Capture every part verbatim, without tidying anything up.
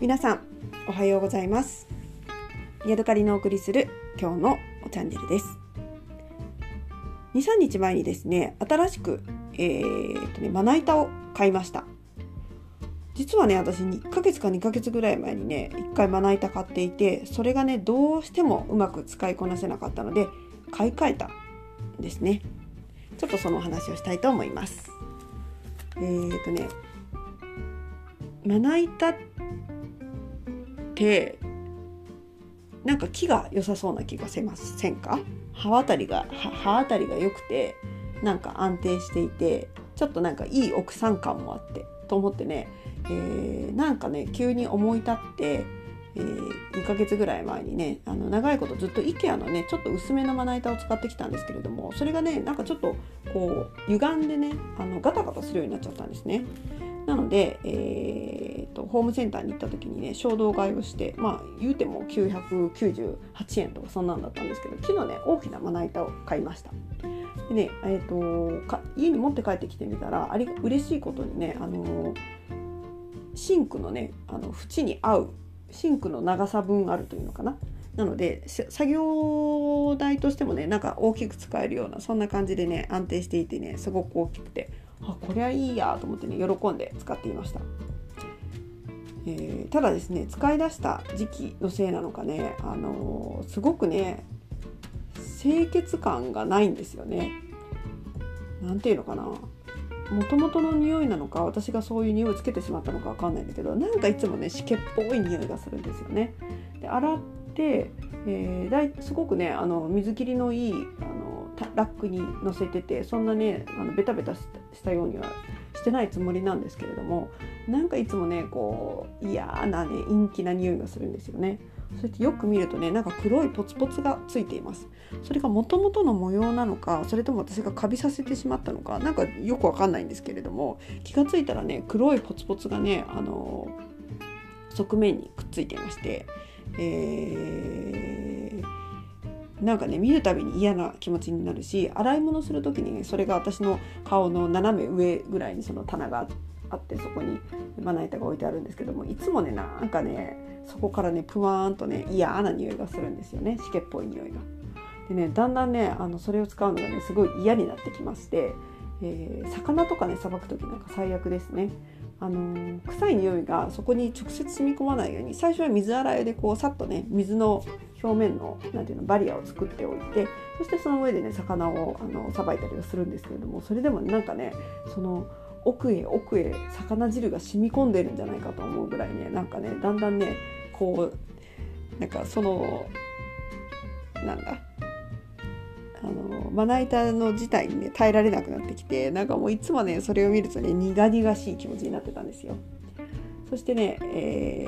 皆さんおはようございます。ヤドカリのお送りする今日のチャンネルです。に、さんにちまえにですね、新しく、えーとね、まな板を買いました。実はね、私いっかげつかにかげつぐらい前にね、いっかいまな板買っていて、それがねどうしてもうまく使いこなせなかったので買い替えたんですね。ちょっとその話をしたいと思います。えーとねまな板ってなんか木が良さそうな気がしませんか？刃渡りが刃当たりが良くて、なんか安定していて、ちょっとなんかいい奥さん感もあってと思ってね、えー、なんかね急に思い立って、えー、にかげつぐらい前にね、あの長いことずっと IKEA のねちょっと薄めのまな板を使ってきたんですけれども、それがねなんかちょっとこう歪んでね、あのガタガタするようになっちゃったんですね。なので、えー、とホームセンターに行った時にね衝動買いをして、まあ言うてもきゅうひゃくきゅうじゅうはちえんとかそんなんだったんですけど、木のね大きなまな板を買いました。でね、えー、とか家に持って帰ってきてみたら、あれ嬉しいことにね、あのシンクのねあの縁に合うシンクの長さ分あるというのかな。なので作業台としてもねなんか大きく使えるような、そんな感じでね安定していてね、すごく大きくて、あこれはいいやと思ってね喜んで使っていました。えー、ただですね、使い出した時期のせいなのかね、あのー、すごくね清潔感がないんですよね。なんていうのかな、もともとの匂いなのか、私がそういう匂いをつけてしまったのかわかんないんだけど、なんかいつもね湿気っぽい匂いがするんですよね。で洗って、えー、だいすごくねあの水切りのいいあのラックに乗せてて、そんなねあのベタベタしたようにはしてないつもりなんですけれども、なんかいつもねこう嫌なね陰気な匂いがするんですよね。そしてよく見るとね、なんか黒いポツポツがついています。それが元々の模様なのか、それとも私がカビさせてしまったのか、なんかよくわかんないんですけれども、気がついたらね黒いポツポツがねあの側面にくっついていまして、えー、なんかね見るたびに嫌な気持ちになるし、洗い物する時にねそれが私の顔の斜め上ぐらいにその棚があって、そこにまな板が置いてあるんですけども、いつもねなんかねそこからねプワーンとね嫌な匂いがするんですよね、湿気っぽい匂いが。でねだんだんねあのそれを使うのがねすごい嫌になってきまして、えー、魚とかねさばく時なんか最悪ですね。あのー、臭い匂いがそこに直接染み込まないように、最初は水洗いでこうさっとね水の表面のなんていうのバリアを作っておいて、そしてその上でね魚をあのさばいたりはするんですけれども、それでもなんかねその奥へ奥へ魚汁が染み込んでるんじゃないかと思うぐらいね、なんかねだんだんねこうなんかそのなんだあのまな板の自体にね耐えられなくなってきて、なんかもういつもねそれを見るとね苦々しい気持ちになってたんですよ。そしてね、え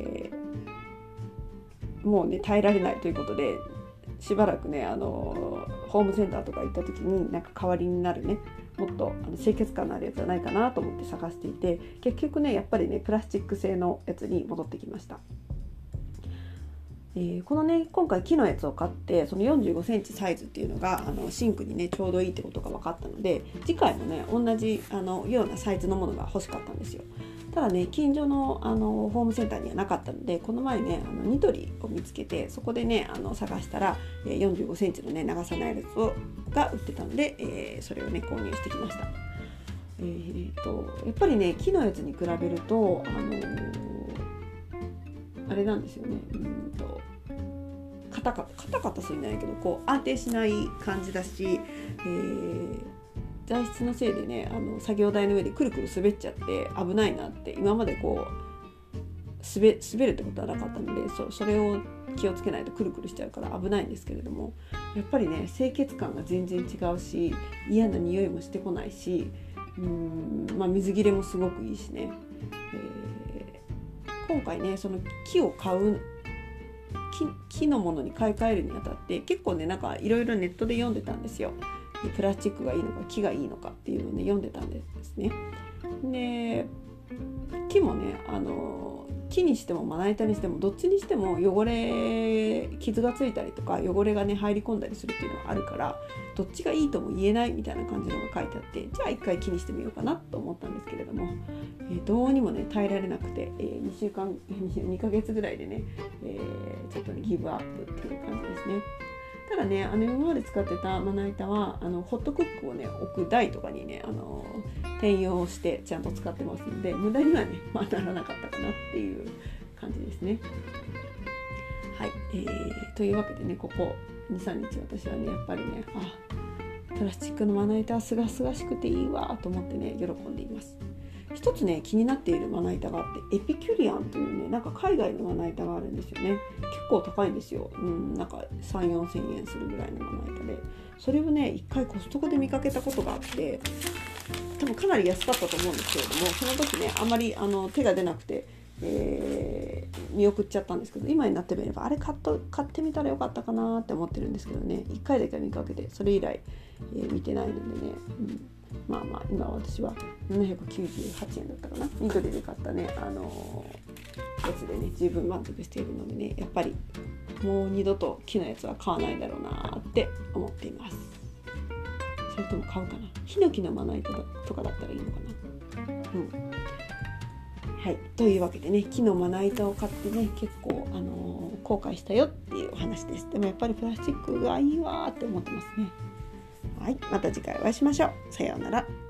ー、もうね耐えられないということで、しばらくねあのホームセンターとか行った時になんか代わりになるねもっとあの清潔感のあるやつはないかなと思って探していて、結局ねやっぱりねプラスチック製のやつに戻ってきました。えー、このね今回木のやつを買って、そのよんじゅうごセンチサイズっていうのがあのシンクにねちょうどいいってことが分かったので、次回もね同じあのようなサイズのものが欲しかったんですよ。ただね近所のあのホームセンターにはなかったので、この前ねあのニトリを見つけて、そこでねあの探したらよんじゅうごセンチのね長さのやつをが売ってたので、えー、それをね購入してきました。えー、とやっぱりね木のやつに比べるとあのー、あれなんですよね、うんとカタカタカタカタするんじゃないけどこう安定しない感じだし、えー、材質のせいでねあの作業台の上でくるくる滑っちゃって危ないなって、今までこう滑、滑るってことはなかったので、 そ, それを気をつけないとくるくるしちゃうから危ないんですけれども、やっぱりね清潔感が全然違うし、嫌な匂いもしてこないし、うーん、まあ、水切れもすごくいいしね、えー、今回ねその木を買う木, 木のものに買い替えるにあたって結構ねなんかいろいろネットで読んでたんですよ。プラスチックがいいのか木がいいのかっていうのをね読んでたんですね。で木もねあの木にしてもまな板にしてもどっちにしても汚れ傷がついたりとか汚れがね入り込んだりするっていうのがあるから、どっちがいいとも言えないみたいな感じのが書いてあって、じゃあ一回木にしてみようかなと思ったんですけれども、えー、どうにもね耐えられなくて、えー、にしゅうかんにかげつぐらいでね、えー、ちょっとねギブアップっていう感じですね。ただね、あの今まで使ってたまな板はあのホットクックをね置く台とかにねあの転用してちゃんと使ってますので、無駄にはね、まあ、ならなかったかなっていう感じですね。はい、えー、というわけでね、ここ にさんにち私はねやっぱりね、あプラスチックのまな板はすがすがしくていいわと思ってね喜んでいます。一つね気になっているまな板があって、エピキュリアンというねなんか海外のまな板があるんですよね。結構高いんですよ、うん、なんかさん、よんせんえんするぐらいのまな板で、それをね一回コストコで見かけたことがあって、多分かなり安かったと思うんですけれども、その時ねあんまりあの手が出なくて、えー、見送っちゃったんですけど、今になってみればあれ買っと買ってみたらよかったかなって思ってるんですけどね、いっかいだけ見かけてそれ以来、えー、見てないのでね、うんまあまあ今私はななひゃくきゅうじゅうはちえんだったかな、ニトリで買ったね、あのー、やつでね十分満足しているのでね、やっぱりもう二度と木のやつは買わないだろうなって思っています。それとも買うかな、ヒノキのまな板とかだったらいいのかな。うんはい、というわけでね、木のまな板を買ってね結構、あのー、後悔したよっていうお話です。でもやっぱりプラスチックがいいわって思ってますね。はい、また次回お会いしましょう。さようなら。